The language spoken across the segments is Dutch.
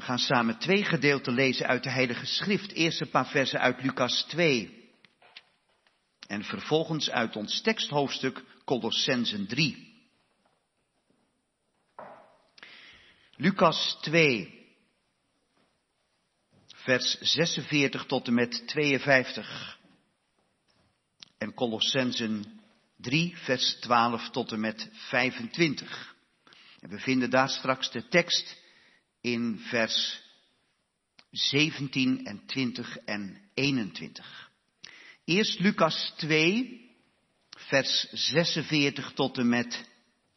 gaan samen 2 gedeelten lezen uit de Heilige Schrift. Eerst een paar versen uit Lucas 2. En vervolgens uit ons teksthoofdstuk Kolossenzen 3. Lucas 2, vers 46 tot en met 52. En Kolossenzen 3, vers 12 tot en met 25. En we vinden daar straks de tekst in vers 17 en 20 en 21. Eerst Lucas 2, vers 46 tot en met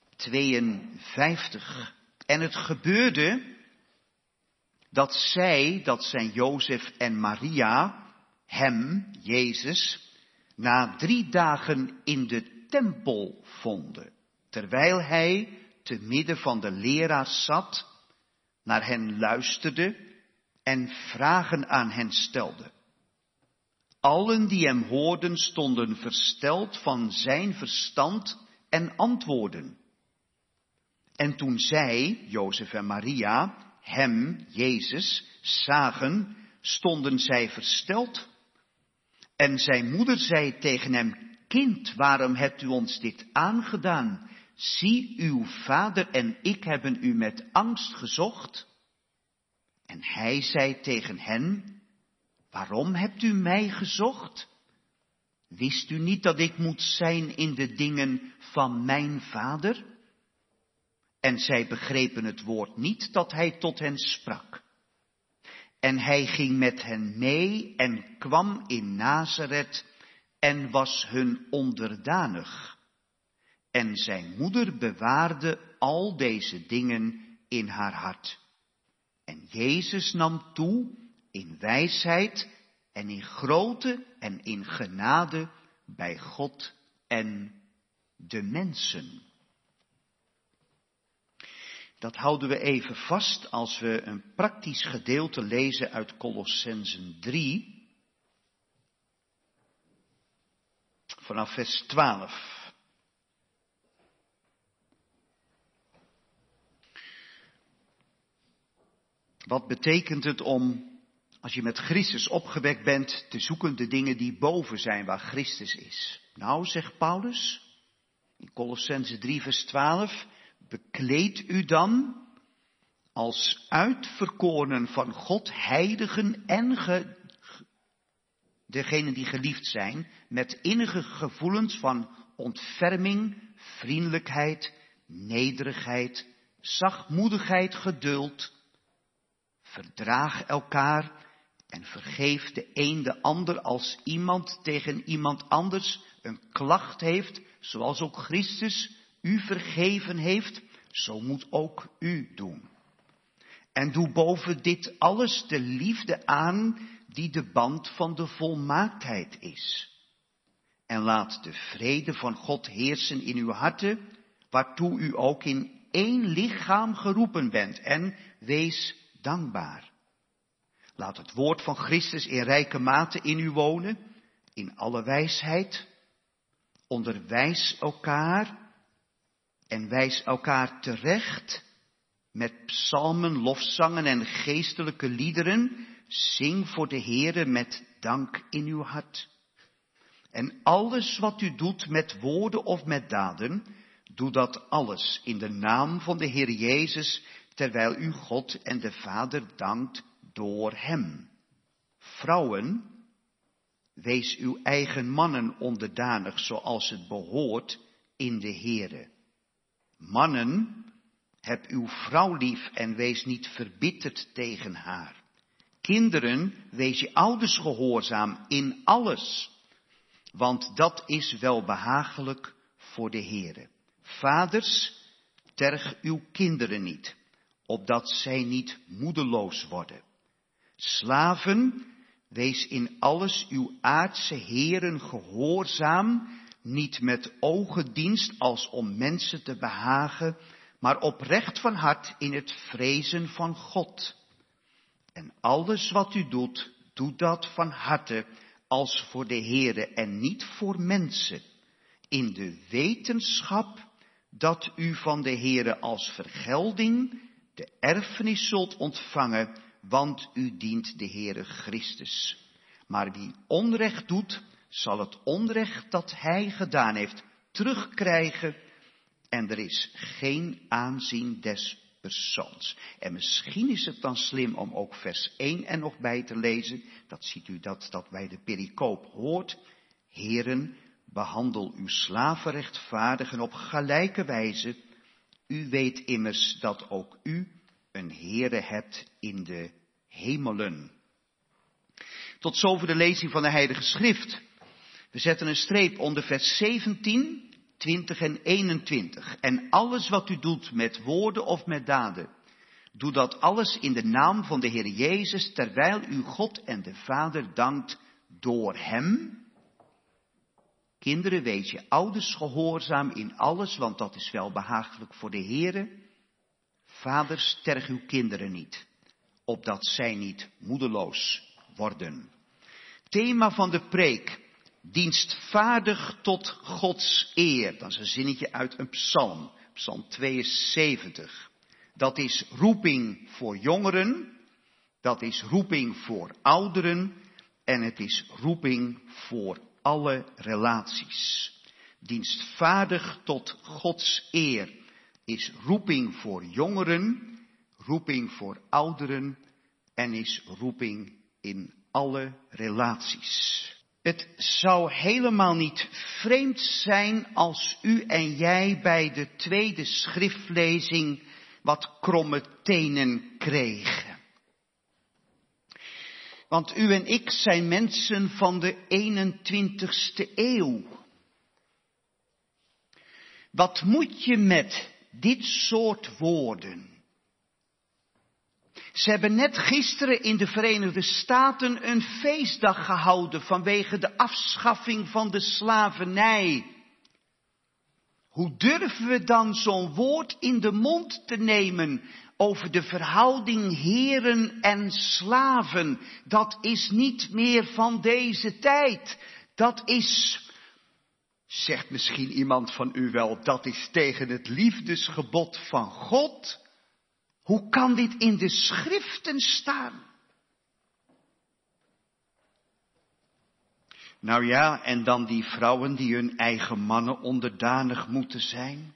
52. En het gebeurde dat zij, dat zijn Jozef en Maria, hem, Jezus, na 3 dagen in de tempel vonden, terwijl hij te midden van de leraars zat, naar hen luisterde en vragen aan hen stelde. Allen die hem hoorden stonden versteld van zijn verstand en antwoorden. En toen zij, Jozef en Maria, hem, Jezus, zagen, stonden zij versteld. En zijn moeder zei tegen hem, kind, waarom hebt u ons dit aangedaan? Zie, uw vader en ik hebben u met angst gezocht. En hij zei tegen hen, waarom hebt u mij gezocht? Wist u niet dat ik moet zijn in de dingen van mijn vader? En zij begrepen het woord niet dat hij tot hen sprak. En hij ging met hen mee en kwam in Nazareth en was hun onderdanig. En zijn moeder bewaarde al deze dingen in haar hart. En Jezus nam toe in wijsheid en in grootte en in genade bij God en de mensen. Dat houden we even vast als we een praktisch gedeelte lezen uit Kolossenzen 3, vanaf vers 12. Wat betekent het om, als je met Christus opgewekt bent, te zoeken de dingen die boven zijn, waar Christus is? Nou, zegt Paulus in Kolossenzen 3, vers 12, bekleed u dan als uitverkorenen van God, heiligen en degenen die geliefd zijn, met innige gevoelens van ontferming, vriendelijkheid, nederigheid, zachtmoedigheid, geduld. Verdraag elkaar en vergeef de een de ander als iemand tegen iemand anders een klacht heeft, zoals ook Christus u vergeven heeft, zo moet ook u doen. En doe boven dit alles de liefde aan die de band van de volmaaktheid is. En laat de vrede van God heersen in uw harten, waartoe u ook in 1 lichaam geroepen bent, en wees dankbaar. Laat het woord van Christus in rijke mate in u wonen, in alle wijsheid. Onderwijs elkaar en wijs elkaar terecht met psalmen, lofzangen en geestelijke liederen. Zing voor de Heere met dank in uw hart. En alles wat u doet met woorden of met daden, doe dat alles in de naam van de Heer Jezus, terwijl u God en de Vader dankt door hem. Vrouwen, wees uw eigen mannen onderdanig, zoals het behoort in de Heere. Mannen, heb uw vrouw lief en wees niet verbitterd tegen haar. Kinderen, wees je ouders gehoorzaam in alles, want dat is welbehagelijk voor de Heere. Vaders, terg uw kinderen niet, opdat zij niet moedeloos worden. Slaven, wees in alles uw aardse heren gehoorzaam, niet met ogendienst als om mensen te behagen, maar oprecht van hart in het vrezen van God. En alles wat u doet, doe dat van harte als voor de Heere en niet voor mensen, in de wetenschap dat u van de Heere als vergelding de erfenis zult ontvangen, want u dient de Heere Christus. Maar wie onrecht doet, zal het onrecht dat hij gedaan heeft terugkrijgen en er is geen aanzien des persoons. En misschien is het dan slim om ook vers 1 er nog bij te lezen. Dat ziet u dat bij de pericoop hoort. Heren, behandel uw slaven rechtvaardig en op gelijke wijze. U weet immers dat ook u een Heere hebt in de hemelen. Tot zover de lezing van de Heilige Schrift. We zetten een streep onder vers 17, 20 en 21. En alles wat u doet met woorden of met daden, doe dat alles in de naam van de Heer Jezus, terwijl u God en de Vader dankt door hem. Kinderen, wees je ouders gehoorzaam in alles, want dat is wel behagelijk voor de Heere. Vaders, terg uw kinderen niet, opdat zij niet moedeloos worden. Thema van de preek: dienstvaardig tot Gods eer. Dat is een zinnetje uit een psalm, psalm 72. Dat is roeping voor jongeren, dat is roeping voor ouderen en het is roeping voor alle relaties. Dienstvaardig tot Gods eer is roeping voor jongeren, roeping voor ouderen en is roeping in alle relaties. Het zou helemaal niet vreemd zijn als u en jij bij de tweede schriftlezing wat kromme tenen kregen. Want u en ik zijn mensen van de 21ste eeuw. Wat moet je met dit soort woorden? Ze hebben net gisteren in de Verenigde Staten een feestdag gehouden vanwege de afschaffing van de slavernij. Hoe durven we dan zo'n woord in de mond te nemen over de verhouding heren en slaven? Dat is niet meer van deze tijd. Dat is, zegt misschien iemand van u wel, dat is tegen het liefdesgebod van God. Hoe kan dit in de schriften staan? Nou ja, en dan die vrouwen die hun eigen mannen onderdanig moeten zijn.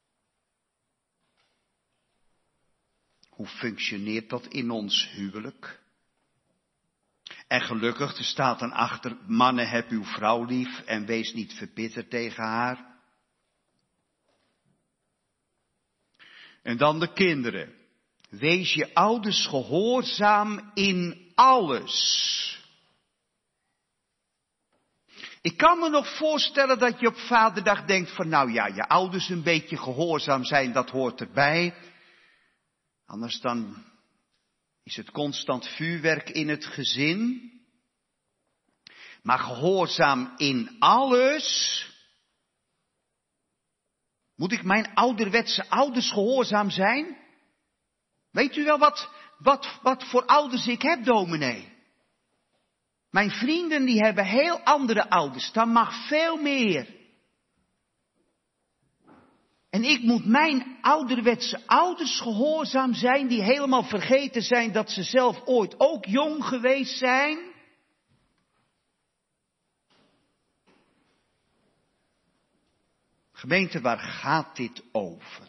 Hoe functioneert dat in ons huwelijk? En gelukkig, er staat dan achter, mannen, heb uw vrouw lief en wees niet verbitterd tegen haar. En dan de kinderen. Wees je ouders gehoorzaam in alles. Ik kan me nog voorstellen dat je op Vaderdag denkt van nou ja, je ouders een beetje gehoorzaam zijn, dat hoort erbij. Anders dan is het constant vuurwerk in het gezin. Maar gehoorzaam in alles. Moet ik mijn ouderwetse ouders gehoorzaam zijn? Weet u wel wat voor ouders ik heb, dominee? Mijn vrienden die hebben heel andere ouders, dat mag veel meer. En ik moet mijn ouderwetse ouders gehoorzaam zijn, die helemaal vergeten zijn dat ze zelf ooit ook jong geweest zijn. Gemeente, waar gaat dit over?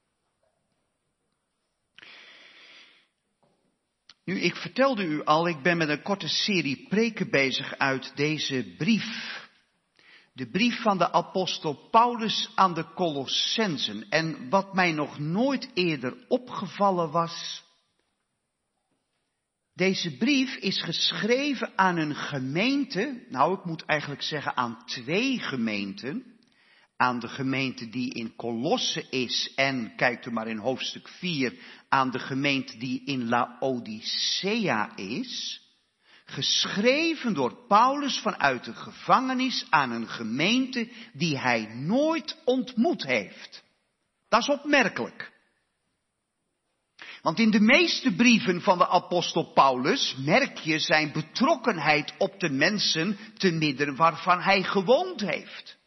Nu, ik vertelde u al, ik ben met een korte serie preken bezig uit deze brief. De brief van de apostel Paulus aan de Colossensen. En wat mij nog nooit eerder opgevallen was. Deze brief is geschreven aan een gemeente. Nou, ik moet eigenlijk zeggen aan 2 gemeenten. Aan de gemeente die in Colosse is en, kijkt u maar in hoofdstuk 4, aan de gemeente die in Laodicea is. Geschreven door Paulus vanuit de gevangenis aan een gemeente die hij nooit ontmoet heeft. Dat is opmerkelijk. Want in de meeste brieven van de apostel Paulus merk je zijn betrokkenheid op de mensen te midden waarvan hij gewoond heeft.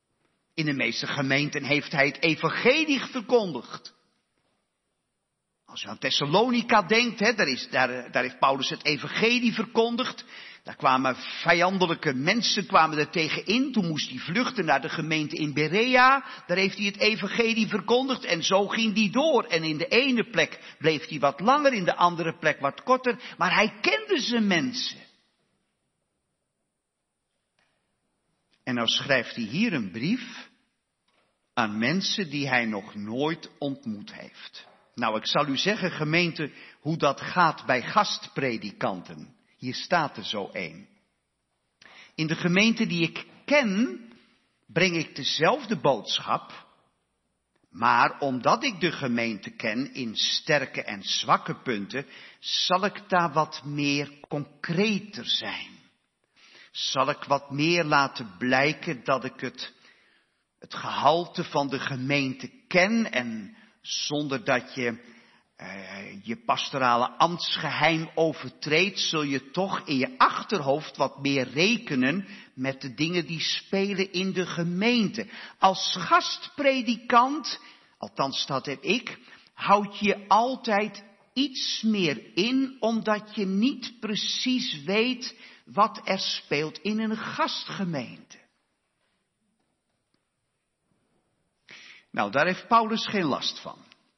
In de meeste gemeenten heeft hij het evangelie verkondigd. Als u aan Thessalonica denkt, daar heeft Paulus het evangelie verkondigd. Daar kwamen vijandelijke mensen er tegen in. Toen moest hij vluchten naar de gemeente in Berea. Daar heeft hij het evangelie verkondigd en zo ging hij door. En in de ene plek bleef hij wat langer, in de andere plek wat korter. Maar hij kende zijn mensen. En nou schrijft hij hier een brief aan mensen die hij nog nooit ontmoet heeft. Nou, ik zal u zeggen, gemeente, hoe dat gaat bij gastpredikanten. Hier staat er zo een. In de gemeente die ik ken, breng ik dezelfde boodschap. Maar omdat ik de gemeente ken in sterke en zwakke punten, zal ik daar wat meer concreter zijn. Zal ik wat meer laten blijken dat ik het gehalte van de gemeente ken en zonder dat je je pastorale ambtsgeheim overtreedt, zul je toch in je achterhoofd wat meer rekenen met de dingen die spelen in de gemeente. Als gastpredikant, althans dat heb ik, houd je altijd iets meer in, omdat je niet precies weet wat er speelt in een gastgemeente. Nou, daar heeft Paulus geen last van.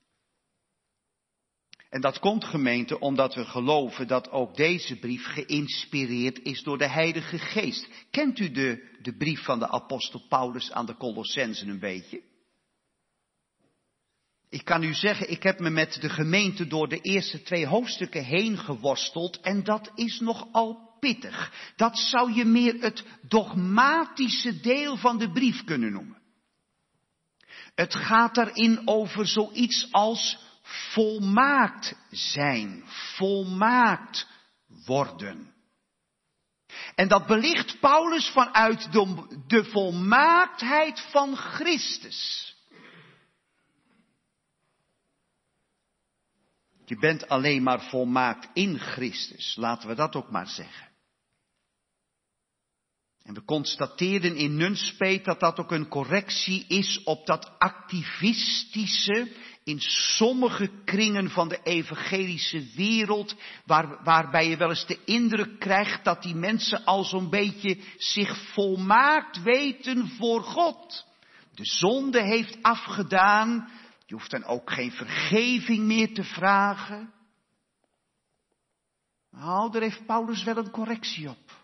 En dat komt, gemeente, omdat we geloven dat ook deze brief geïnspireerd is door de Heilige Geest. Kent u de brief van de apostel Paulus aan de Colossenzen een beetje? Ik kan u zeggen, ik heb me met de gemeente door de eerste 2 hoofdstukken heen geworsteld en dat is nogal pittig. Dat zou je meer het dogmatische deel van de brief kunnen noemen. Het gaat daarin over zoiets als volmaakt zijn, volmaakt worden. En dat belicht Paulus vanuit de volmaaktheid van Christus. Je bent alleen maar volmaakt in Christus, laten we dat ook maar zeggen. En we constateerden in Nunspeet dat dat ook een correctie is op dat activistische in sommige kringen van de evangelische wereld, waarbij je wel eens de indruk krijgt dat die mensen al zo'n beetje zich volmaakt weten voor God. De zonde heeft afgedaan, je hoeft dan ook geen vergeving meer te vragen. Nou, daar heeft Paulus wel een correctie op.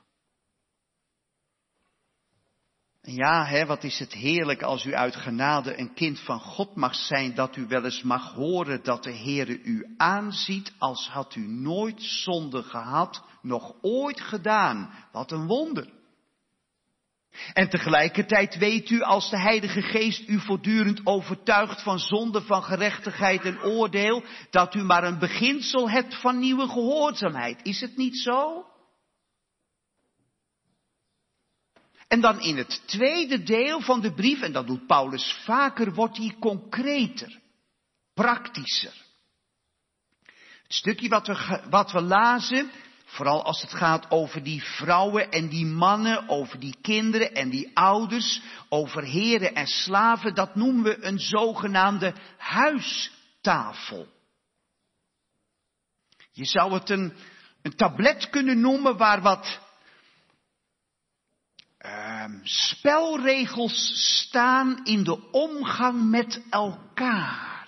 En ja, wat is het heerlijk als u uit genade een kind van God mag zijn, dat u wel eens mag horen dat de Heere u aanziet als had u nooit zonde gehad, nog ooit gedaan. Wat een wonder. En tegelijkertijd weet u, als de Heilige Geest u voortdurend overtuigt van zonde, van gerechtigheid en oordeel, dat u maar een beginsel hebt van nieuwe gehoorzaamheid. Is het niet zo? En dan in het tweede deel van de brief, en dat doet Paulus vaker, wordt hij concreter, praktischer. Het stukje wat we lazen, vooral als het gaat over die vrouwen en die mannen, over die kinderen en die ouders, over heren en slaven, dat noemen we een zogenaamde huistafel. Je zou het een tablet kunnen noemen waar wat spelregels staan in de omgang met elkaar.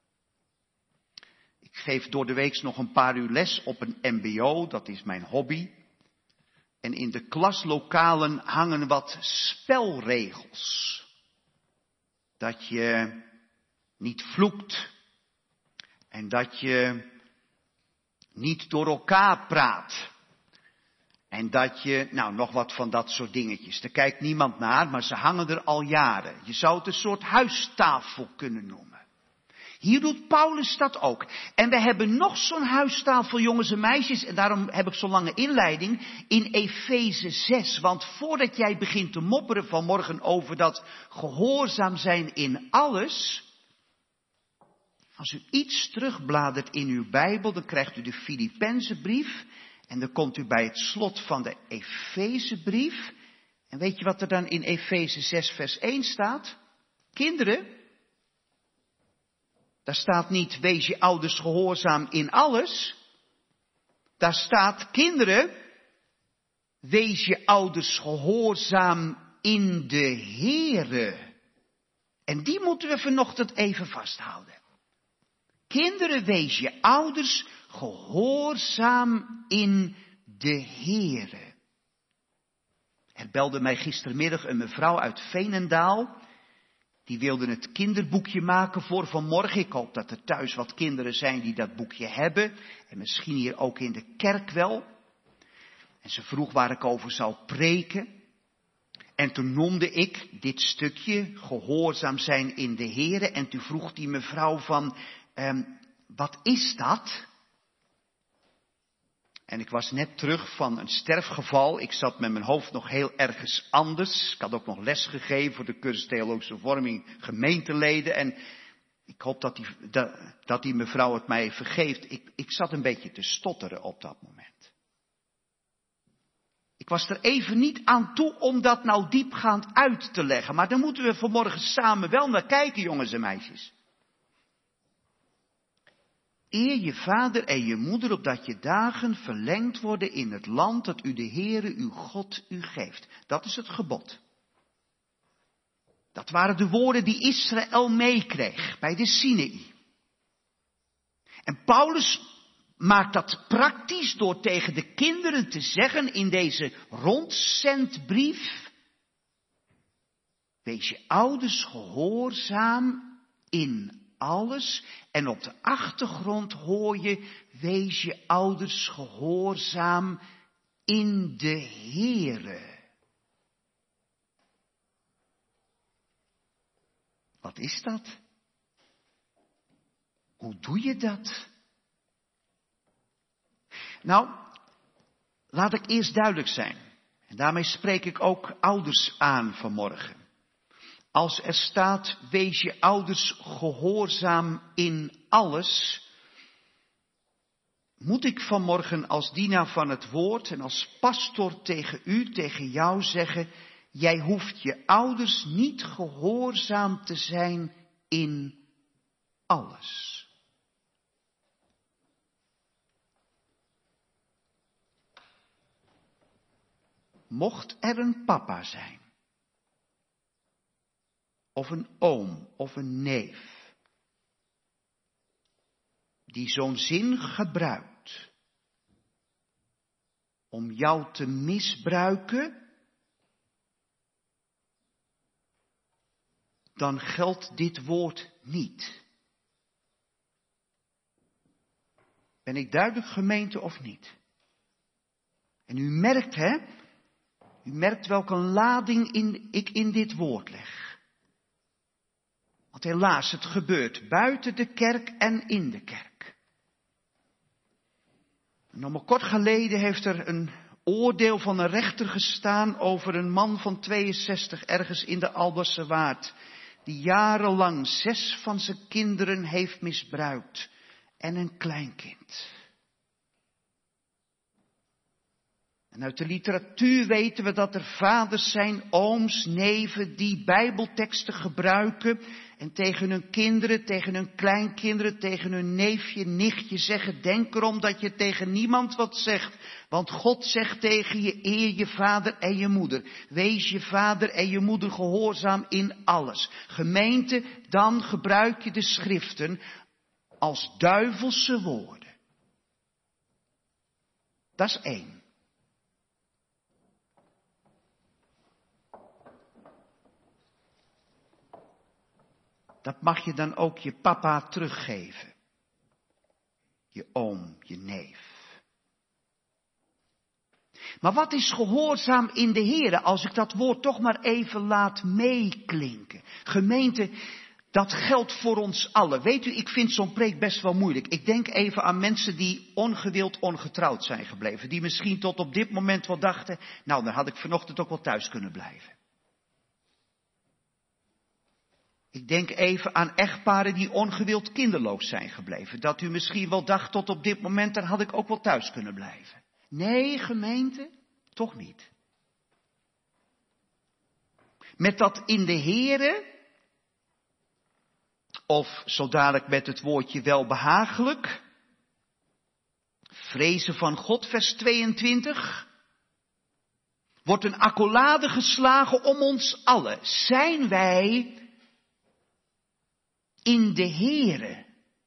Ik geef door de week nog een paar uur les op een mbo, dat is mijn hobby. En in de klaslokalen hangen wat spelregels. Dat je niet vloekt en dat je niet door elkaar praat. En dat je, nog wat van dat soort dingetjes. Daar kijkt niemand naar, maar ze hangen er al jaren. Je zou het een soort huistafel kunnen noemen. Hier doet Paulus dat ook. En we hebben nog zo'n huistafel, jongens en meisjes. En daarom heb ik zo'n lange inleiding in Efeze 6. Want voordat jij begint te mopperen vanmorgen over dat gehoorzaam zijn in alles. Als u iets terugbladert in uw Bijbel, dan krijgt u de Filippenzenbrief. En dan komt u bij het slot van de Efezebrief. En weet je wat er dan in Efeze 6 vers 1 staat? Kinderen, Daar staat niet, wees je ouders gehoorzaam in alles. Daar staat, kinderen, wees je ouders gehoorzaam in de Heere. En die moeten we vanochtend even vasthouden. Kinderen, wees je ouders gehoorzaam in de Heere. Er belde mij gistermiddag een mevrouw uit Veenendaal. Die wilde het kinderboekje maken voor vanmorgen. Ik hoop dat er thuis wat kinderen zijn die dat boekje hebben. En misschien hier ook in de kerk wel. En ze vroeg waar ik over zou preken. En toen noemde ik dit stukje, gehoorzaam zijn in de Heere. En toen vroeg die mevrouw van, wat is dat? En ik was net terug van een sterfgeval. Ik zat met mijn hoofd nog heel ergens anders. Ik had ook nog les gegeven voor de cursus Theologische Vorming gemeenteleden. En ik hoop dat die mevrouw het mij vergeeft. Ik zat een beetje te stotteren op dat moment. Ik was er even niet aan toe om dat nou diepgaand uit te leggen. Maar daar moeten we vanmorgen samen wel naar kijken, jongens en meisjes. Eer je vader en je moeder, opdat je dagen verlengd worden in het land dat u de Heere, uw God, u geeft. Dat is het gebod. Dat waren de woorden die Israël meekreeg bij de Sinaï. En Paulus maakt dat praktisch door tegen de kinderen te zeggen in deze rondzendbrief. Wees je ouders gehoorzaam in alles. En op de achtergrond hoor je, wees je ouders gehoorzaam in de Heere. Wat is dat? Hoe doe je dat? Nou, laat ik eerst duidelijk zijn. En daarmee spreek ik ook ouders aan vanmorgen. Als er staat, wees je ouders gehoorzaam in alles, moet ik vanmorgen als dienaar van het woord en als pastor tegen u, tegen jou zeggen, jij hoeft je ouders niet gehoorzaam te zijn in alles. Mocht er een papa zijn, of een oom of een neef, die zo'n zin gebruikt om jou te misbruiken, dan geldt dit woord niet. Ben ik duidelijk, gemeente, of niet? En u merkt, u merkt welke lading ik in dit woord leg. Want helaas, het gebeurt buiten de kerk en in de kerk. En nog maar kort geleden heeft er een oordeel van een rechter gestaan over een man van 62 ergens in de Alberse Waard, die jarenlang 6 van zijn kinderen heeft misbruikt en een kleinkind. En uit de literatuur weten we dat er vaders zijn, ooms, neven, die bijbelteksten gebruiken en tegen hun kinderen, tegen hun kleinkinderen, tegen hun neefje, nichtje zeggen, denk erom dat je tegen niemand wat zegt. Want God zegt tegen je, eer je vader en je moeder. Wees je vader en je moeder gehoorzaam in alles. Gemeente, dan gebruik je de schriften als duivelse woorden. Dat is 1. Dat mag je dan ook je papa teruggeven. Je oom, je neef. Maar wat is gehoorzaam in de Heere, als ik dat woord toch maar even laat meeklinken? Gemeente, dat geldt voor ons allen. Weet u, ik vind zo'n preek best wel moeilijk. Ik denk even aan mensen die ongewild ongetrouwd zijn gebleven. Die misschien tot op dit moment wel dachten, nou dan had ik vanochtend ook wel thuis kunnen blijven. Ik denk even aan echtparen die ongewild kinderloos zijn gebleven. Dat u misschien wel dacht tot op dit moment, dan had ik ook wel thuis kunnen blijven. Nee, gemeente, toch niet. Met dat in de Heere Of zo dadelijk met het woordje welbehagelijk. Vrezen van God, vers 22. Wordt een accolade geslagen om ons allen. Zijn wij in de Here?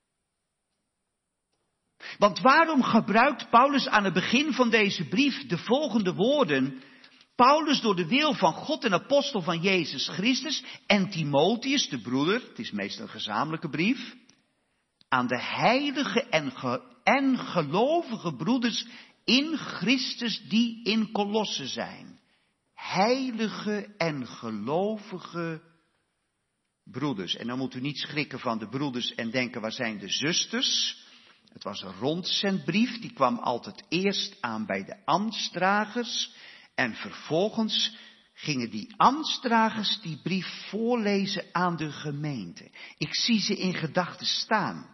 Want waarom gebruikt Paulus aan het begin van deze brief de volgende woorden? Paulus door de wil van God en apostel van Jezus Christus en Timotheus, de broeder, het is meestal een gezamenlijke brief, aan de heilige en gelovige broeders in Christus die in Kolosse zijn. Heilige en gelovige broeders. En dan moet u niet schrikken van de broeders en denken, waar zijn de zusters? Het was een rondzendbrief, die kwam altijd eerst aan bij de ambtsdragers. En vervolgens gingen die ambtsdragers die brief voorlezen aan de gemeente. Ik zie ze in gedachten staan.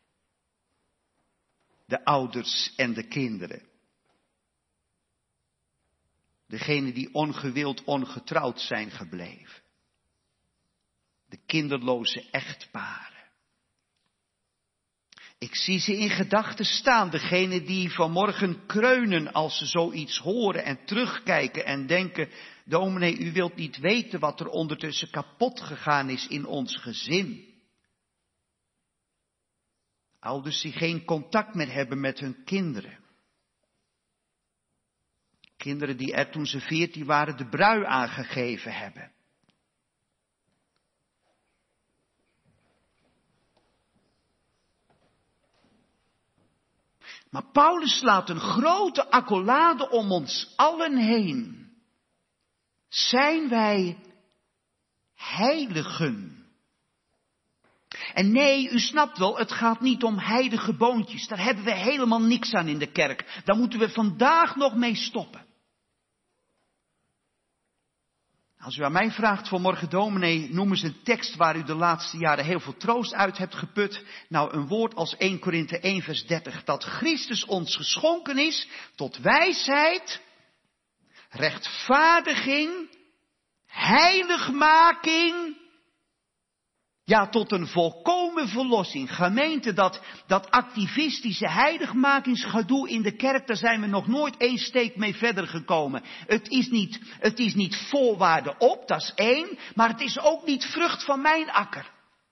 De ouders en de kinderen. Degenen die ongewild ongetrouwd zijn gebleven. De kinderloze echtparen. Ik zie ze in gedachten staan, degenen die vanmorgen kreunen als ze zoiets horen en terugkijken en denken, dominee, u wilt niet weten wat er ondertussen kapot gegaan is in ons gezin. Ouders die geen contact meer hebben met hun kinderen. Kinderen die er toen ze 14 waren de brui aangegeven hebben. Maar Paulus slaat een grote accolade om ons allen heen. Zijn wij heiligen? En nee, u snapt wel, het gaat niet om heilige boontjes. Daar hebben we helemaal niks aan in de kerk. Daar moeten we vandaag nog mee stoppen. Als u aan mij vraagt vanmorgen, dominee, noem eens een tekst waar u de laatste jaren heel veel troost uit hebt geput. Nou, een woord als 1 Korinthe 1 vers 30. Dat Christus ons geschonken is tot wijsheid, rechtvaardiging, heiligmaking. Ja, tot een volkomen verlossing. Gemeente, dat activistische heiligmakingsgedoe in de kerk, daar zijn we nog nooit 1 steek mee verder gekomen. Het is niet voorwaarde op, dat is 1, maar het is ook niet vrucht van mijn akker.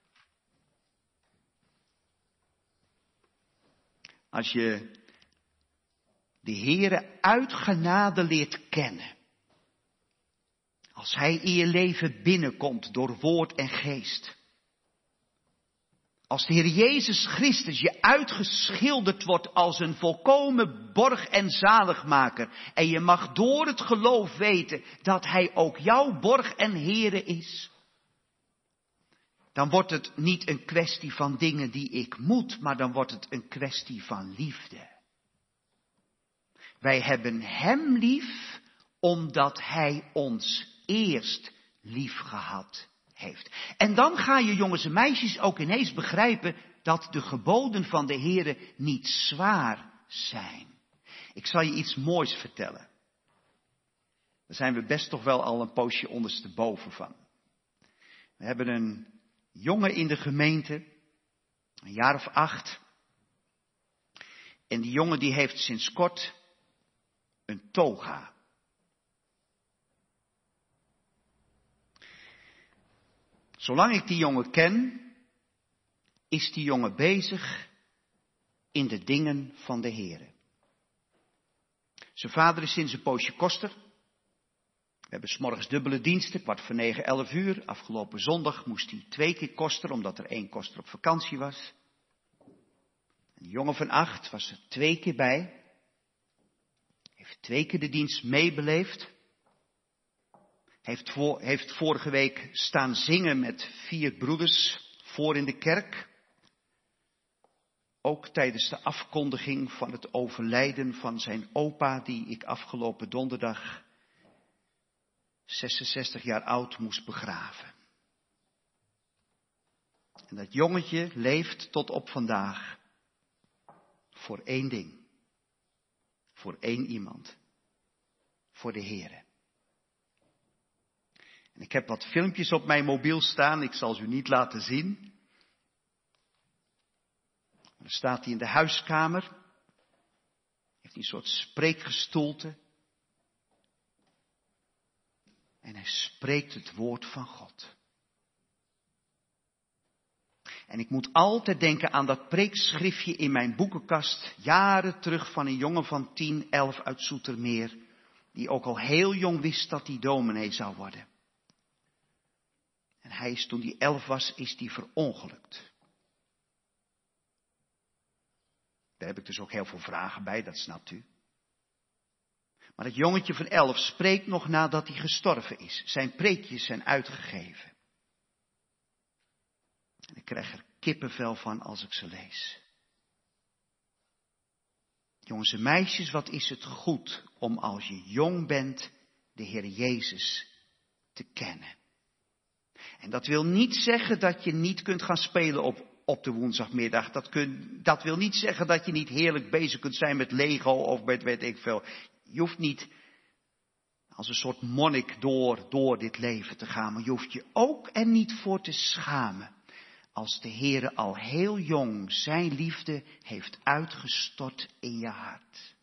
Als je de Heere uit genade leert kennen, als Hij in je leven binnenkomt door woord en geest, als de Heer Jezus Christus je uitgeschilderd wordt als een volkomen borg en zaligmaker. En je mag door het geloof weten dat Hij ook jouw borg en Heere is. Dan wordt het niet een kwestie van dingen die ik moet, maar dan wordt het een kwestie van liefde. Wij hebben Hem lief omdat Hij ons eerst lief gehad heeft. En dan ga je jongens en meisjes ook ineens begrijpen dat de geboden van de Heere niet zwaar zijn. Ik zal je iets moois vertellen. Daar zijn we best toch wel al een poosje ondersteboven van. We hebben een jongen in de gemeente, een jaar of 8. En die jongen die heeft sinds kort een toga. Zolang ik die jongen ken, is die jongen bezig in de dingen van de Heere. Zijn vader is sinds een poosje koster. We hebben 's morgens dubbele diensten, 8:45, 11 uur. Afgelopen zondag moest hij 2 keer kosteren, omdat er 1 koster op vakantie was. En die jongen van 8 was er 2 keer bij. Heeft 2 keer de dienst meebeleefd. Heeft vorige week staan zingen met 4 broeders voor in de kerk. Ook tijdens de afkondiging van het overlijden van zijn opa, die ik afgelopen donderdag 66 jaar oud moest begraven. En dat jongetje leeft tot op vandaag voor 1 ding. Voor 1 iemand. Voor de Heere. En ik heb wat filmpjes op mijn mobiel staan, ik zal ze u niet laten zien. Dan staat hij in de huiskamer. Heeft een soort spreekgestoelte. En hij spreekt het woord van God. En ik moet altijd denken aan dat preekschriftje in mijn boekenkast, jaren terug, van een jongen van 10, 11 uit Zoetermeer, die ook al heel jong wist dat hij dominee zou worden. En hij is, toen hij 11 was, is hij verongelukt. Daar heb ik dus ook heel veel vragen bij, dat snapt u. Maar het jongetje van 11 spreekt nog nadat hij gestorven is. Zijn preekjes zijn uitgegeven. En ik krijg er kippenvel van als ik ze lees. Jongens en meisjes, wat is het goed om als je jong bent de Heer Jezus te kennen. En dat wil niet zeggen dat je niet kunt gaan spelen op de woensdagmiddag. Dat wil niet zeggen dat je niet heerlijk bezig kunt zijn met Lego of met weet ik veel. Je hoeft niet als een soort monnik door dit leven te gaan. Maar je hoeft je ook er niet voor te schamen. Als de Heere al heel jong zijn liefde heeft uitgestort in je hart.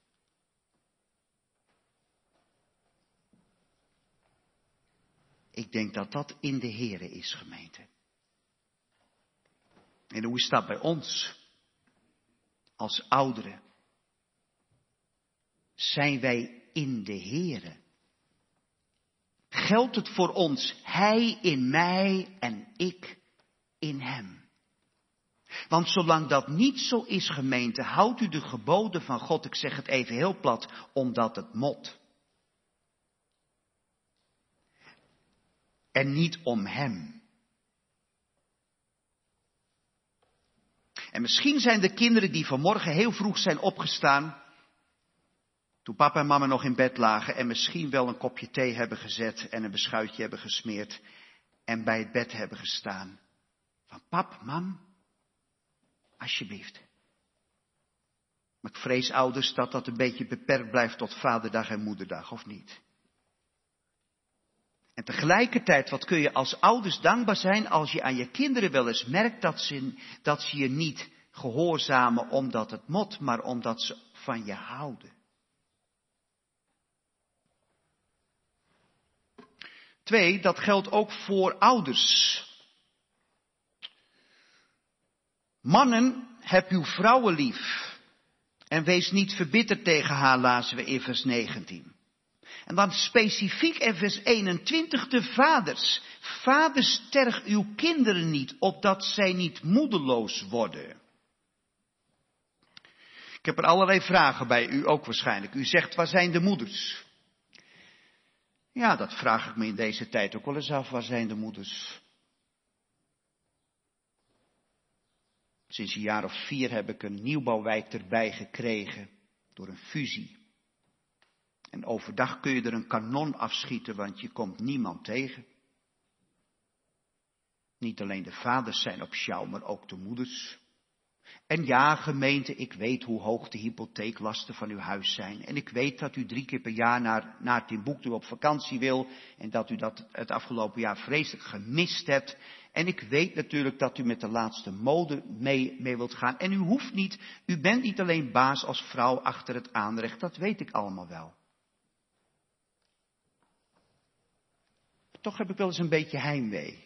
Ik denk dat dat in de Heere is, gemeente. En hoe is dat bij ons? Als ouderen. Zijn wij in de Heere? Geldt het voor ons, Hij in mij en ik in Hem? Want zolang dat niet zo is, gemeente, houdt u de geboden van God, ik zeg het even heel plat, omdat het mot. En niet om Hem. En misschien zijn de kinderen die vanmorgen heel vroeg zijn opgestaan, toen papa en mama nog in bed lagen, en misschien wel een kopje thee hebben gezet en een beschuitje hebben gesmeerd en bij het bed hebben gestaan. Van pap, mam, alsjeblieft. Maar ik vrees, ouders, dat dat een beetje beperkt blijft tot vaderdag en moederdag, of niet? En tegelijkertijd, wat kun je als ouders dankbaar zijn als je aan je kinderen wel eens merkt dat ze je niet gehoorzamen omdat het mot, maar omdat ze van je houden. 2, dat geldt ook voor ouders. Mannen, heb uw vrouwen lief en wees niet verbitterd tegen haar, lazen we in vers 19. En dan specifiek in vers 21 de vaders. Vaders, terg uw kinderen niet, opdat zij niet moedeloos worden. Ik heb er allerlei vragen bij u ook waarschijnlijk. U zegt, waar zijn de moeders? Ja, dat vraag ik me in deze tijd ook wel eens af. Waar zijn de moeders? Sinds een jaar of 4 heb ik een nieuwbouwwijk erbij gekregen door een fusie. En overdag kun je er een kanon afschieten, want je komt niemand tegen. Niet alleen de vaders zijn op sjouw, maar ook de moeders. En ja, gemeente, ik weet hoe hoog de hypotheeklasten van uw huis zijn. En ik weet dat u 3 keer per jaar naar Timbuktu op vakantie wil. En dat u dat het afgelopen jaar vreselijk gemist hebt. En ik weet natuurlijk dat u met de laatste mode mee wilt gaan. En u bent niet alleen baas als vrouw achter het aanrecht. Dat weet ik allemaal wel. Toch heb ik wel eens een beetje heimwee.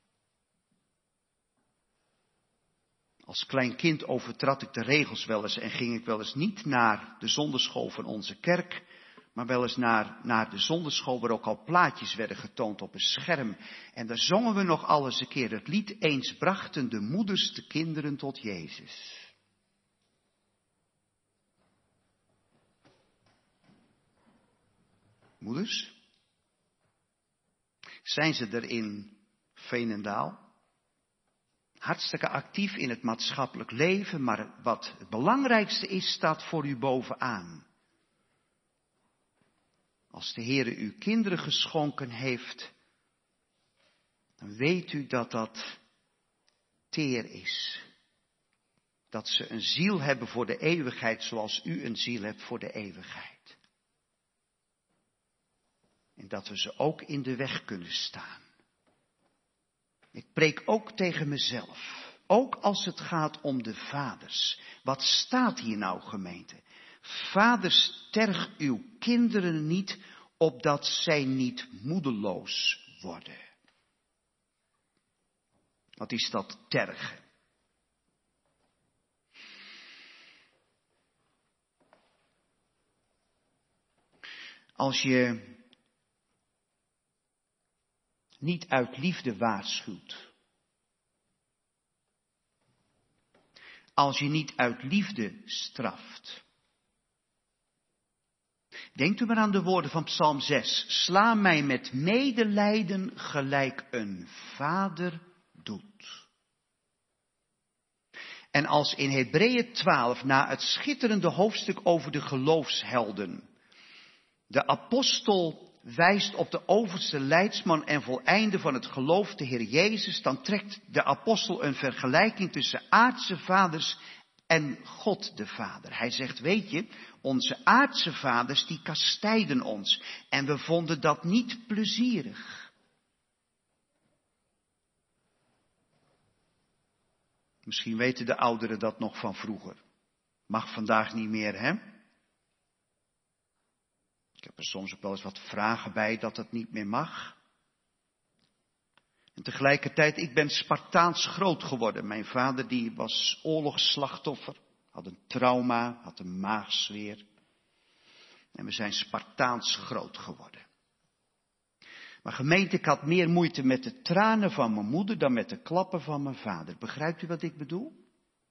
Als klein kind overtrad ik de regels wel eens en ging ik wel eens niet naar de zonderschool van onze kerk, maar wel eens naar de zonderschool waar ook al plaatjes werden getoond op een scherm. En daar zongen we nog al eens een keer het lied, eens brachten de moeders de kinderen tot Jezus. Moeders? Zijn ze er in Veenendaal? Hartstikke actief in het maatschappelijk leven, maar wat het belangrijkste is, staat voor u bovenaan. Als de Heere u kinderen geschonken heeft, dan weet u dat dat teer is. Dat ze een ziel hebben voor de eeuwigheid, zoals u een ziel hebt voor de eeuwigheid. En dat we ze ook in de weg kunnen staan. Ik preek ook tegen mezelf. Ook als het gaat om de vaders. Wat staat hier nou, gemeente? Vaders, terg uw kinderen niet, opdat zij niet moedeloos worden. Wat is dat tergen? Als je niet uit liefde waarschuwt. Als je niet uit liefde straft. Denkt u maar aan de woorden van Psalm 6. Sla mij met medelijden gelijk een vader doet. En als in Hebreeën 12, na het schitterende hoofdstuk over de geloofshelden, de apostel wijst op de overste leidsman en voleinde van het geloof, de Heer Jezus, dan trekt de apostel een vergelijking tussen aardse vaders en God de Vader. Hij zegt, weet je, onze aardse vaders die kastijden ons en we vonden dat niet plezierig. Misschien weten de ouderen dat nog van vroeger. Mag vandaag niet meer, hè? Ik heb er soms ook wel eens wat vragen bij dat het niet meer mag. En tegelijkertijd, ik ben Spartaans groot geworden. Mijn vader die was oorlogsslachtoffer, had een trauma, had een maagzweer. En we zijn Spartaans groot geworden. Maar gemeente, ik had meer moeite met de tranen van mijn moeder dan met de klappen van mijn vader. Begrijpt u wat ik bedoel?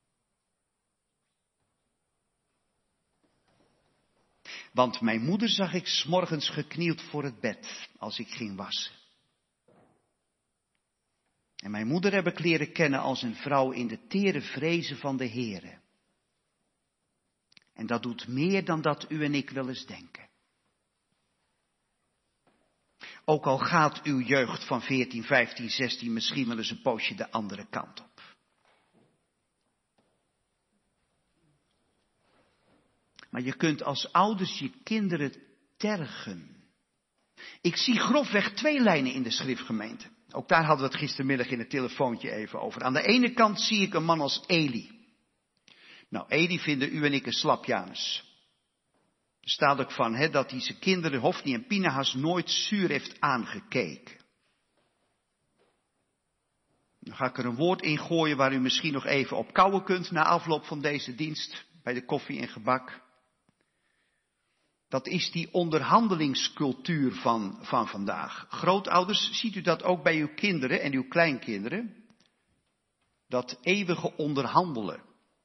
Want mijn moeder zag ik 's morgens geknield voor het bed als ik ging wassen. En mijn moeder heb ik leren kennen als een vrouw in de tere vrezen van de Heere. En dat doet meer dan dat u en ik wel eens denken. Ook al gaat uw jeugd van 14, 15, 16 misschien wel eens een poosje de andere kant op. Maar je kunt als ouders je kinderen tergen. Ik zie grofweg 2 lijnen in de schriftgemeente. Ook daar hadden we het gistermiddag in het telefoontje even over. Aan de ene kant zie ik een man als Eli. Nou, Eli vinden u en ik een slapjanus. Er staat ook van dat hij zijn kinderen, Hofni en Pinehas, nooit zuur heeft aangekeken. Dan ga ik er een woord in gooien waar u misschien nog even op kouwen kunt na afloop van deze dienst bij de koffie en gebak. Dat is die onderhandelingscultuur van vandaag. Grootouders, ziet u dat ook bij uw kinderen en uw kleinkinderen? Dat eeuwige onderhandelen.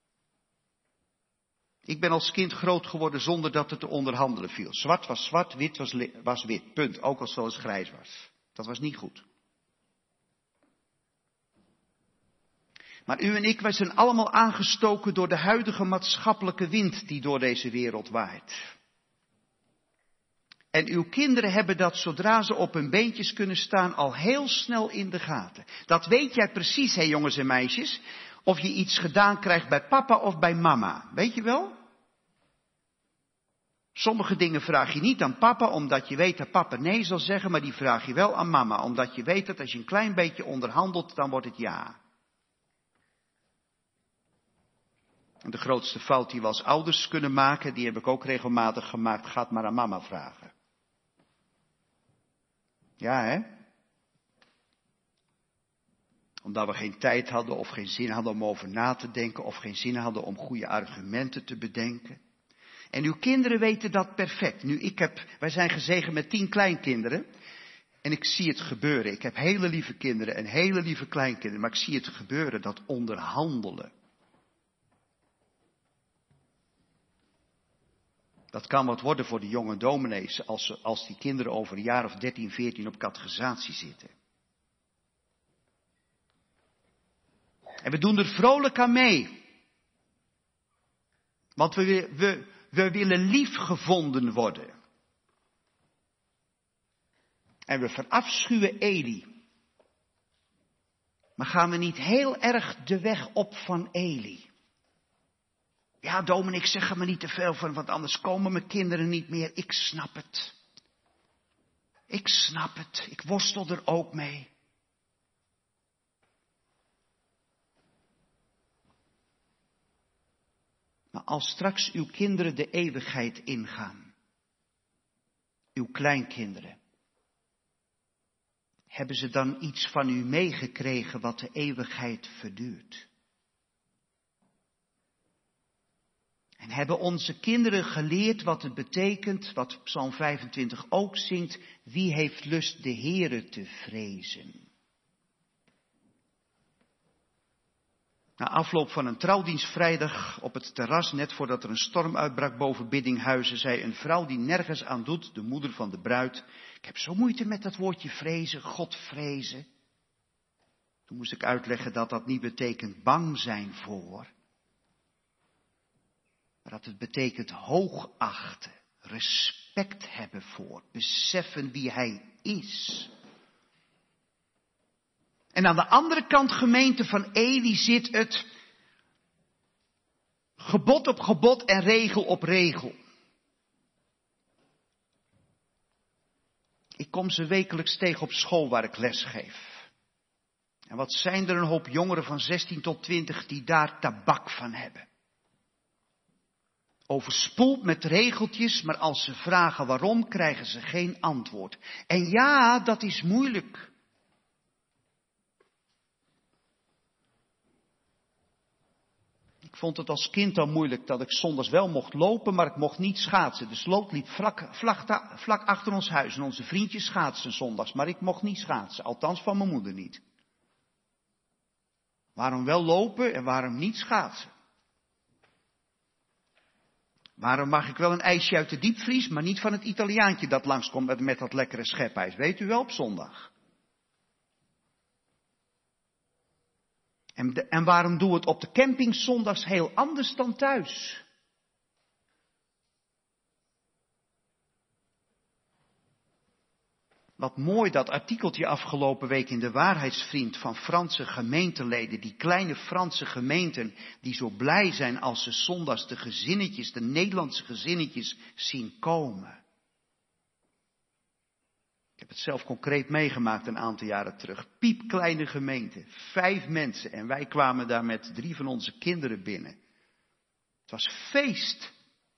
Ik ben als kind groot geworden zonder dat het te onderhandelen viel. Zwart was zwart, wit was wit. Punt. Ook als het wel eens grijs was. Dat was niet goed. Maar u en ik, wij zijn allemaal aangestoken door de huidige maatschappelijke wind die door deze wereld waait. En uw kinderen hebben dat zodra ze op hun beentjes kunnen staan al heel snel in de gaten. Dat weet jij precies, hè jongens en meisjes. Of je iets gedaan krijgt bij papa of bij mama. Weet je wel? Sommige dingen vraag je niet aan papa omdat je weet dat papa nee zal zeggen. Maar die vraag je wel aan mama. Omdat je weet dat als je een klein beetje onderhandelt, dan wordt het ja. En de grootste fout die we als ouders kunnen maken, die heb ik ook regelmatig gemaakt. Ga het maar aan mama vragen. Ja, hè? Omdat we geen tijd hadden of geen zin hadden om over na te denken of geen zin hadden om goede argumenten te bedenken. En uw kinderen weten dat perfect. Wij zijn gezegend met 10 kleinkinderen en ik zie het gebeuren. Ik heb hele lieve kinderen en hele lieve kleinkinderen, maar ik zie het gebeuren, dat onderhandelen. Dat kan wat worden voor de jonge dominees als die kinderen over een jaar of 13, 14 op catechisatie zitten. En we doen er vrolijk aan mee. Want we willen liefgevonden worden. En we verafschuwen Eli. Maar gaan we niet heel erg de weg op van Eli? Ja, dominee, ik zeg er maar niet te veel van, want anders komen mijn kinderen niet meer. Ik snap het. Ik snap het. Ik worstel er ook mee. Maar als straks uw kinderen de eeuwigheid ingaan, uw kleinkinderen, hebben ze dan iets van u meegekregen wat de eeuwigheid verduurt? En hebben onze kinderen geleerd wat het betekent, wat Psalm 25 ook zingt, wie heeft lust de Heere te vrezen? Na afloop van een trouwdienst vrijdag op het terras, net voordat er een storm uitbrak boven Biddinghuizen, zei een vrouw die nergens aan doet, de moeder van de bruid: ik heb zo moeite met dat woordje vrezen, God vrezen. Toen moest ik uitleggen dat dat niet betekent bang zijn voor, maar dat het betekent hoogachten, respect hebben voor, beseffen wie Hij is. En aan de andere kant, gemeente van Eli, zit het gebod op gebod en regel op regel. Ik kom ze wekelijks tegen op school waar ik les geef. En wat zijn er een hoop jongeren van 16 tot 20 die daar tabak van hebben. Overspoeld met regeltjes, maar als ze vragen waarom, krijgen ze geen antwoord. En ja, dat is moeilijk. Ik vond het als kind al moeilijk dat ik zondags wel mocht lopen, maar ik mocht niet schaatsen. De sloot liep vlak achter ons huis en onze vriendjes schaatsen zondags, maar ik mocht niet schaatsen, althans van mijn moeder niet. Waarom wel lopen en waarom niet schaatsen? Waarom mag ik wel een ijsje uit de diepvries, maar niet van het Italiaantje dat langskomt met dat lekkere schepijs? Weet u wel, op zondag. En waarom doe het op de camping zondags heel anders dan thuis? Wat mooi dat artikeltje afgelopen week in de Waarheidsvriend van Franse gemeenteleden. Die kleine Franse gemeenten die zo blij zijn als ze zondags de gezinnetjes, de Nederlandse gezinnetjes zien komen. Ik heb het zelf concreet meegemaakt een aantal jaren terug. Piepkleine gemeente, 5 mensen en wij kwamen daar met 3 van onze kinderen binnen. Het was feest.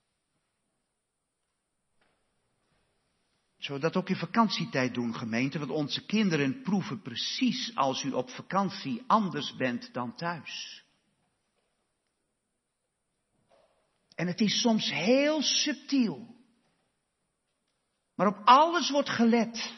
Zullen we dat ook in vakantietijd doen, gemeente? Want onze kinderen proeven precies als u op vakantie anders bent dan thuis. En het is soms heel subtiel. Maar op alles wordt gelet.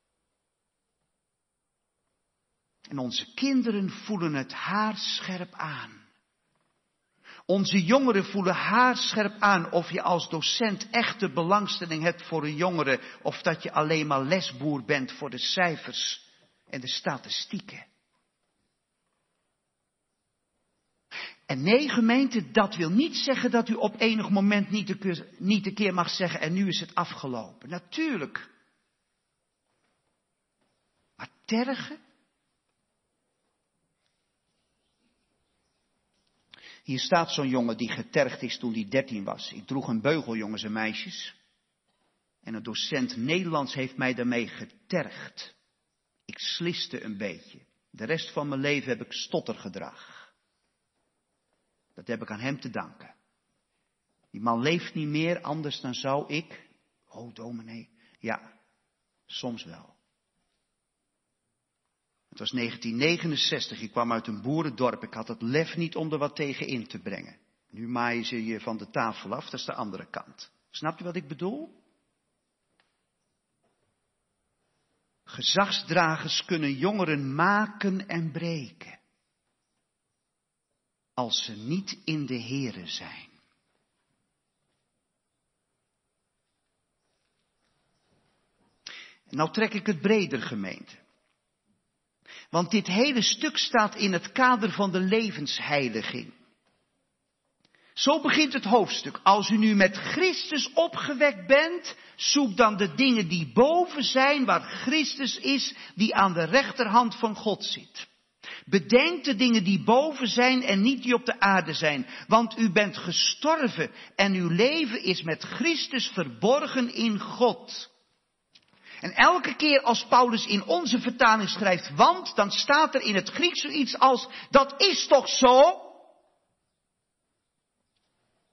En onze kinderen voelen het haarscherp aan. Onze jongeren voelen haarscherp aan of je als docent echte belangstelling hebt voor een jongere, of dat je alleen maar lesboer bent voor de cijfers en de statistieken. En nee, gemeente, dat wil niet zeggen dat u op enig moment niet een keer mag zeggen en nu is het afgelopen. Natuurlijk. Maar tergen? Hier staat zo'n jongen die getergd is toen hij 13 was. Ik droeg een beugel, jongens en meisjes. En een docent Nederlands heeft mij daarmee getergd. Ik sliste een beetje. De rest van mijn leven heb ik stottergedrag. Dat heb ik aan hem te danken. Die man leeft niet meer, anders dan zou ik... Oh, dominee. Ja, soms wel. Het was 1969, ik kwam uit een boerendorp. Ik had het lef niet om er wat tegen in te brengen. Nu maaien ze je van de tafel af, dat is de andere kant. Snapt u wat ik bedoel? Gezagsdragers kunnen jongeren maken en breken. Als ze niet in de Here zijn. En nou trek ik het breder, gemeente. Want dit hele stuk staat in het kader van de levensheiliging. Zo begint het hoofdstuk. Als u nu met Christus opgewekt bent, zoek dan de dingen die boven zijn, waar Christus is, die aan de rechterhand van God zit. Bedenk de dingen die boven zijn en niet die op de aarde zijn. Want u bent gestorven en uw leven is met Christus verborgen in God. En elke keer als Paulus in onze vertaling schrijft, want, dan staat er in het Grieks zoiets als, dat is toch zo?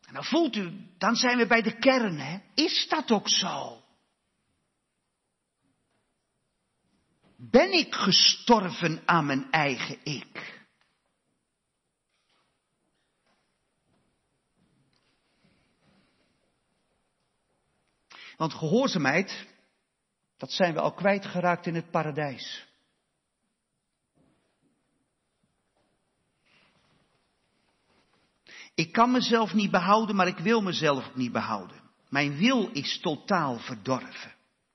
En dan voelt u, dan zijn we bij de kern, hè? Is dat ook zo? Ben ik gestorven aan mijn eigen ik? Want gehoorzaamheid, dat zijn we al kwijtgeraakt in het paradijs. Ik kan mezelf niet behouden, maar ik wil mezelf ook niet behouden. Mijn wil is totaal verdorven.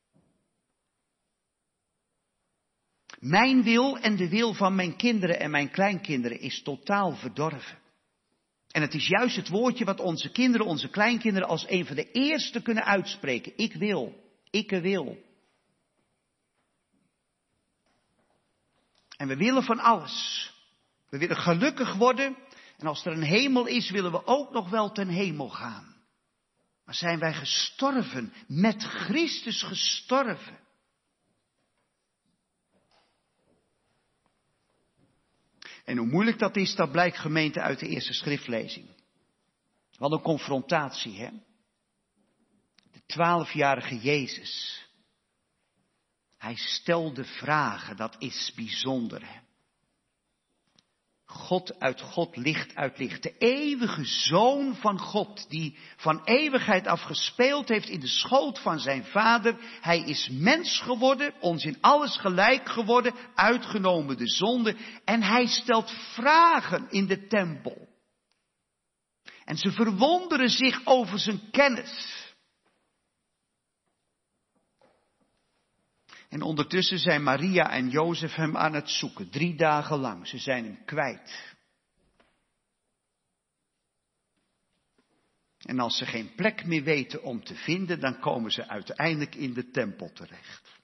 Mijn wil en de wil van mijn kinderen en mijn kleinkinderen is totaal verdorven. En het is juist het woordje wat onze kinderen, onze kleinkinderen als een van de eerste kunnen uitspreken. Ik wil. Ik wil. En we willen van alles. We willen gelukkig worden. En als er een hemel is, willen we ook nog wel ten hemel gaan. Maar zijn wij gestorven, met Christus gestorven? En hoe moeilijk dat is, dat blijkt gemeente uit de eerste schriftlezing. Wat een confrontatie, hè? De 12-jarige Jezus. Hij stelde vragen, dat is bijzonder, hè? God uit God, licht uit licht. De eeuwige Zoon van God, die van eeuwigheid af gespeeld heeft in de schoot van zijn Vader. Hij is mens geworden, ons in alles gelijk geworden, uitgenomen de zonde. En hij stelt vragen in de tempel. En ze verwonderen zich over zijn kennis. En ondertussen zijn Maria en Jozef hem aan het zoeken. 3 dagen lang. Ze zijn hem kwijt. En als ze geen plek meer weten om te vinden, dan komen ze uiteindelijk in de tempel terecht.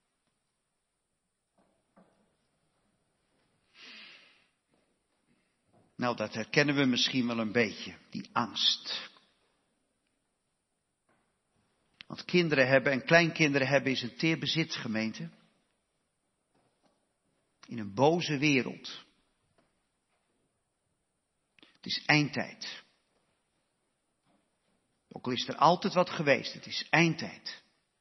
Nou, dat herkennen we misschien wel een beetje, die angst. Want kinderen hebben en kleinkinderen hebben is een teer bezit, gemeente. In een boze wereld. Het is eindtijd. Ook al is er altijd wat geweest, het is eindtijd.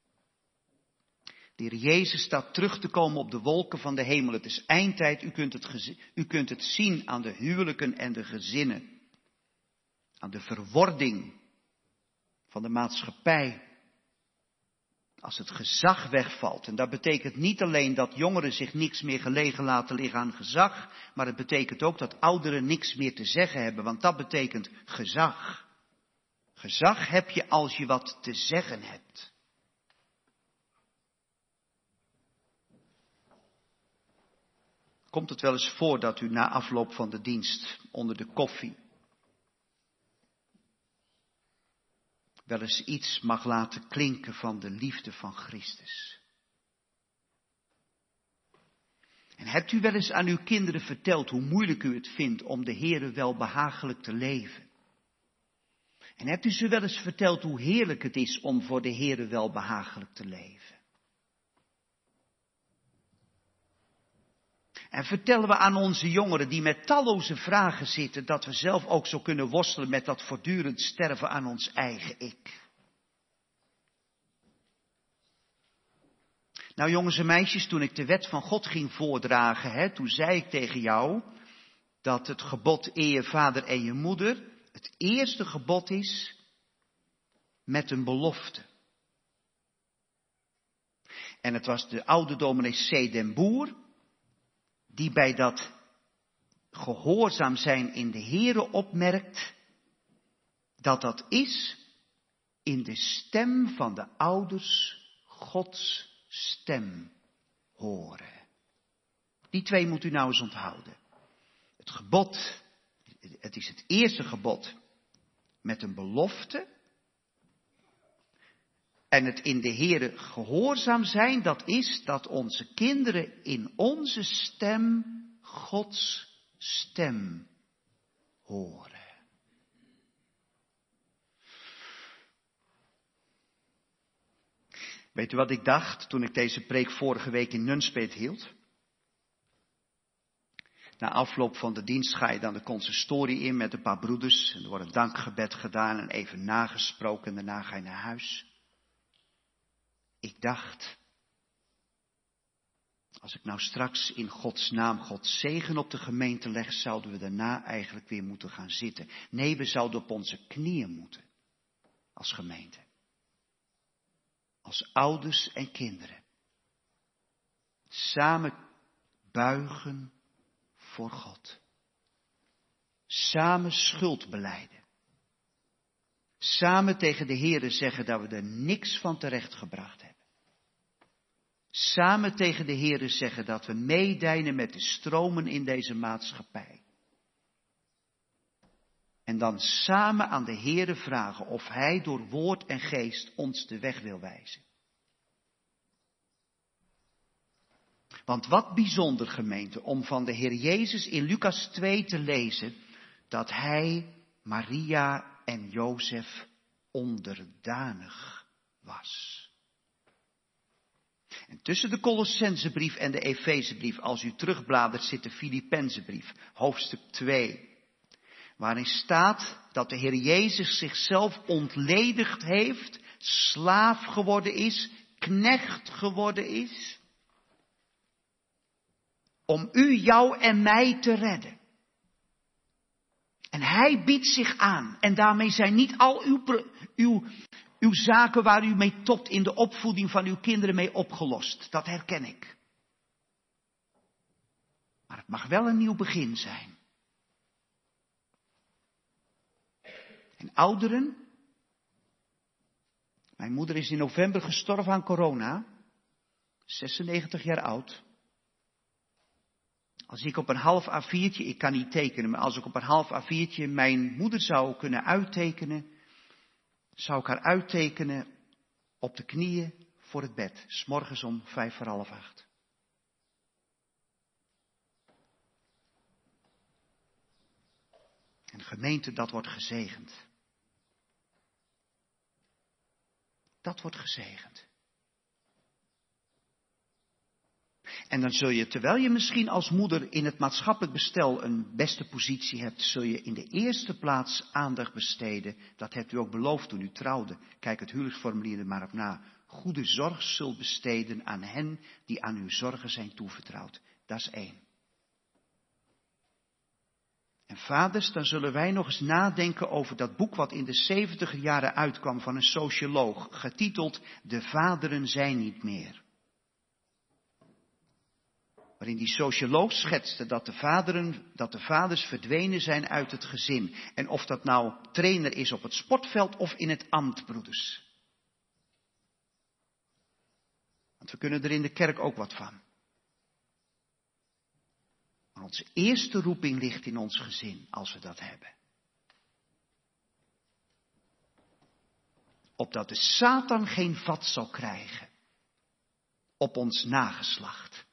De Heer Jezus staat terug te komen op de wolken van de hemel. Het is eindtijd, u kunt het zien aan de huwelijken en de gezinnen. Aan de verwording van de maatschappij. Als het gezag wegvalt. En dat betekent niet alleen dat jongeren zich niks meer gelegen laten liggen aan gezag. Maar het betekent ook dat ouderen niks meer te zeggen hebben. Want dat betekent gezag. Gezag heb je als je wat te zeggen hebt. Komt het wel eens voor dat u na afloop van de dienst onder de koffie wel eens iets mag laten klinken van de liefde van Christus? En hebt u wel eens aan uw kinderen verteld hoe moeilijk u het vindt om de Heere wel behagelijk te leven? En hebt u ze wel eens verteld hoe heerlijk het is om voor de Heere wel behagelijk te leven? En vertellen we aan onze jongeren die met talloze vragen zitten, dat we zelf ook zo kunnen worstelen met dat voortdurend sterven aan ons eigen ik. Nou jongens en meisjes, toen ik de wet van God ging voordragen, toen zei ik tegen jou dat het gebod eer je vader en je moeder het eerste gebod is met een belofte. En het was de oude dominee C. den Boer die bij dat gehoorzaam zijn in de Heere opmerkt dat dat is in de stem van de ouders Gods stem horen. Die 2 moet u nou eens onthouden. Het gebod, het is het eerste gebod met een belofte. En het in de Heere gehoorzaam zijn, dat is dat onze kinderen in onze stem Gods stem horen. Weet u wat ik dacht toen ik deze preek vorige week in Nunspeet hield? Na afloop van de dienst ga je dan de consistorie in met een paar broeders. En er wordt een dankgebed gedaan en even nagesproken. En daarna ga je naar huis. Ik dacht, als ik nou straks in Gods naam Gods zegen op de gemeente leg, zouden we daarna eigenlijk weer moeten gaan zitten. Nee, we zouden op onze knieën moeten. Als gemeente. Als ouders en kinderen. Samen buigen voor God. Samen schuld belijden. Samen tegen de Heere zeggen dat we er niks van terechtgebracht hebben. Samen tegen de Heere zeggen dat we meedijnen met de stromen in deze maatschappij. En dan samen aan de Heere vragen of Hij door woord en geest ons de weg wil wijzen. Want wat bijzonder, gemeente, om van de Heer Jezus in Lucas 2 te lezen dat Hij Maria en Jozef onderdanig was. En tussen de Colossensebrief en de Efezebrief, als u terugbladert, zit de Filippenzenbrief, hoofdstuk 2. Waarin staat dat de Heer Jezus zichzelf ontledigd heeft, slaaf geworden is, knecht geworden is. Om u, jou en mij te redden. En Hij biedt zich aan. En daarmee zijn niet al uw zaken waar u mee topt in de opvoeding van uw kinderen mee opgelost. Dat herken ik. Maar het mag wel een nieuw begin zijn. En ouderen. Mijn moeder is in november gestorven aan corona. 96 jaar oud. Als ik op een half A4'tje, ik kan niet tekenen, maar als ik op een half A4'tje mijn moeder zou kunnen uittekenen, zou ik haar uittekenen op de knieën voor het bed, 's morgens om 7:45. En gemeente, dat wordt gezegend. Dat wordt gezegend. En dan zul je, terwijl je misschien als moeder in het maatschappelijk bestel een beste positie hebt, zul je in de eerste plaats aandacht besteden. Dat hebt u ook beloofd toen u trouwde. Kijk het huwelijksformulier er maar op na. Goede zorg zult besteden aan hen die aan uw zorgen zijn toevertrouwd. Dat is 1. En vaders, dan zullen wij nog eens nadenken over dat boek wat in de 70 jaren uitkwam van een socioloog, getiteld De vaderen zijn niet meer. Waarin die socioloog schetste dat de vaders verdwenen zijn uit het gezin. En of dat nou trainer is op het sportveld of in het ambt, broeders. Want we kunnen er in de kerk ook wat van. Maar onze eerste roeping ligt in ons gezin, als we dat hebben. Opdat de Satan geen vat zal krijgen op ons nageslacht.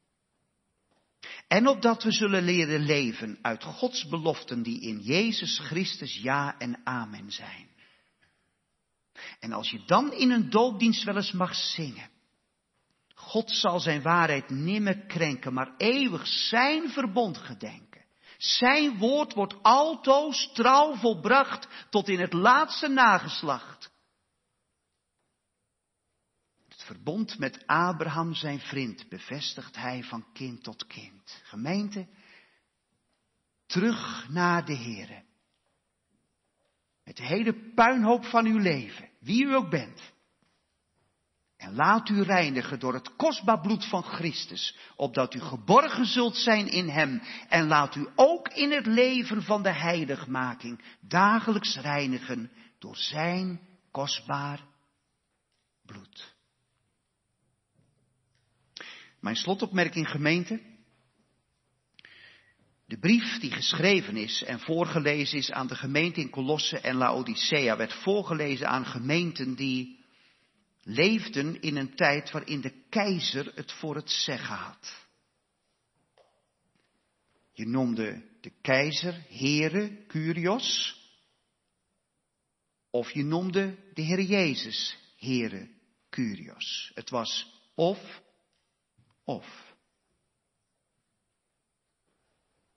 En opdat we zullen leren leven uit Gods beloften die in Jezus Christus ja en amen zijn. En als je dan in een doopdienst wel eens mag zingen. God zal zijn waarheid nimmer krenken, maar eeuwig zijn verbond gedenken. Zijn woord wordt altoos trouw volbracht tot in het laatste nageslacht. Het verbond met Abraham zijn vriend bevestigt hij van kind tot kind. Gemeente, terug naar de Heere. Met de hele puinhoop van uw leven, wie u ook bent. En laat u reinigen door het kostbaar bloed van Christus, opdat u geborgen zult zijn in hem. En laat u ook in het leven van de heiligmaking dagelijks reinigen door zijn kostbaar bloed. Mijn slotopmerking, gemeente. De brief die geschreven is en voorgelezen is aan de gemeente in Colosse en Laodicea werd voorgelezen aan gemeenten die leefden in een tijd waarin de keizer het voor het zeggen had. Je noemde de keizer Here, Kyrios. Of je noemde de Heer Jezus Here, Kyrios. Het was of.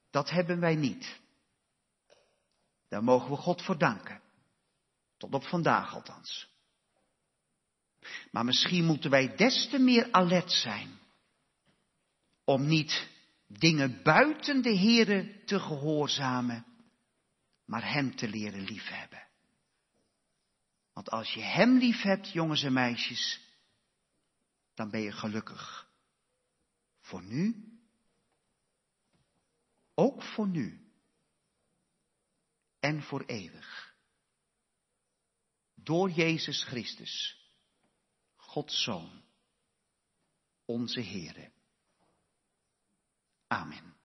Dat hebben wij niet. Daar mogen we God voor danken. Tot op vandaag althans. Maar misschien moeten wij des te meer alert zijn. Om niet dingen buiten de Here te gehoorzamen. Maar hem te leren liefhebben. Want als je hem lief hebt, jongens en meisjes. Dan ben je gelukkig. Voor nu. Ook voor nu. En voor eeuwig. Door Jezus Christus. Gods Zoon. Onze Heere. Amen.